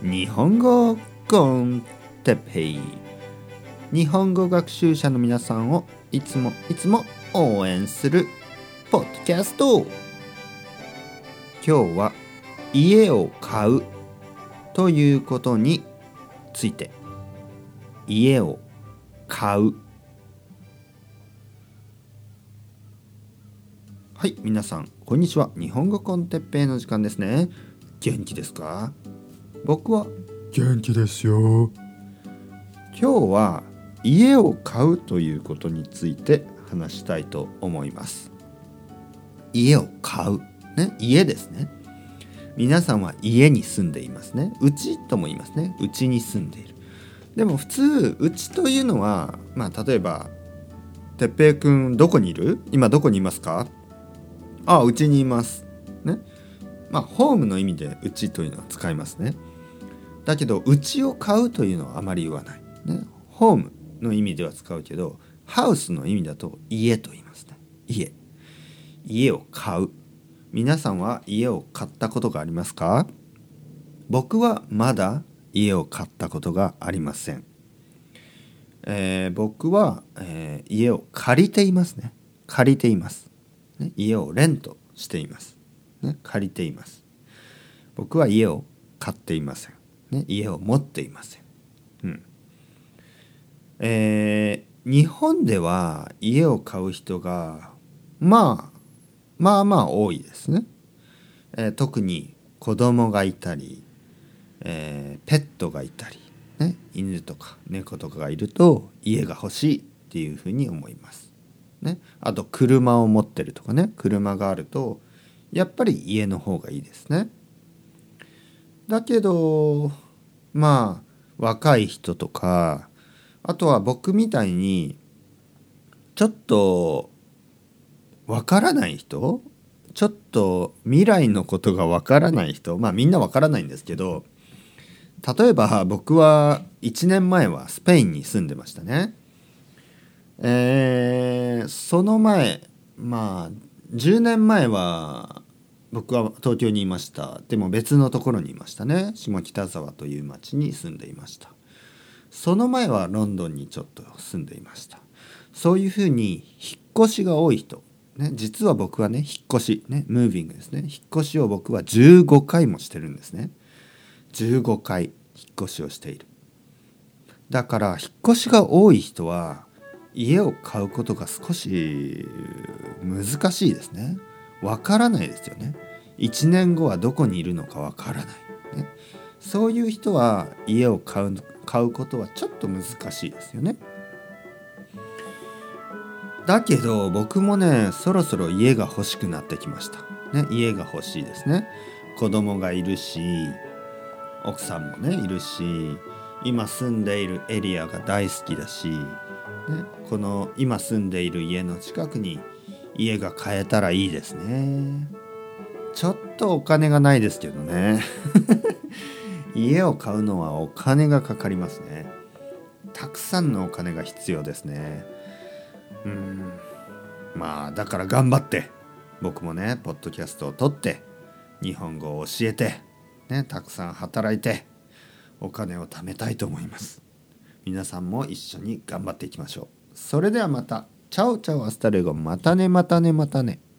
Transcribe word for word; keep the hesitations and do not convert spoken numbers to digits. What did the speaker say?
日本語コンテペイ。日本語学習者の皆さんをいつもいつも応援するポッドキャスト。今日は家を買うということについて。家を買う。はい、皆さんこんにちは。日本語コンテッペイの時間ですね。元気ですか？僕は元気ですよ。 今日は家を買うということについて話したいと思います。家を買う、ね、家ですね。皆さんは家に住んでいますね。うちとも言いますね。うちに住んでいる。でも普通うちというのは、まあ例えばてっぺいくんどこにいる？今どこにいますか？ああ、うちにいますね。まあホームの意味でうちというのは使いますね。だけどうちを買うというのはあまり言わない、ね、ホームの意味では使うけど、ハウスの意味だと家と言いますね。家家を買う。皆さんは家を買ったことがありますか？僕はまだ家を買ったことがありません。えー、僕は、えー、家を借りていますね。借りています、ね、家をレントしています、ね、借りています。僕は家を買っていません、ね、家を持っていません、うんえー、日本では家を買う人がまあまあまあ多いですね。えー、特に子供がいたり、えー、ペットがいたり、ね、犬とか猫とかがいると家が欲しいっていうふうに思います、ね、あと車を持ってるとかね、車があるとやっぱり家の方がいいですね。だけどまあ若い人とか、あとは僕みたいにちょっとわからない人、ちょっと未来のことがわからない人、まあみんなわからないんですけど、例えば僕はいちねんまえはスペインに住んでましたね。えー、その前、まあじゅうねんまえは僕は東京にいました。でも別のところにいましたね。下北沢という町に住んでいました。その前はロンドンにちょっと住んでいました。そういうふうに引っ越しが多い人、ね、実は僕はね、引っ越し、ね、ムービングですね。引っ越しを僕はじゅうごかいもしてるんですね。じゅうごかい引っ越しをしている。だから引っ越しが多い人は家を買うことが少し難しいですね。わからないですよね。いちねんごはどこにいるのかわからない、ね、そういう人は家を買う、買うことはちょっと難しいですよね。だけど僕もね、そろそろ家が欲しくなってきました、ね、家が欲しいですね。子供がいるし、奥さんもねいるし、今住んでいるエリアが大好きだし、ね、この今住んでいる家の近くに家が買えたらいいですね。ちょっとお金がないですけどね家を買うのはお金がかかりますね。たくさんのお金が必要ですね。うーんまあだから頑張って僕もねポッドキャストを撮って日本語を教えて、ね、たくさん働いてお金を貯めたいと思います。皆さんも一緒に頑張っていきましょう。それではまた。チャオチャオアスタレゴ。またねまたねまたね。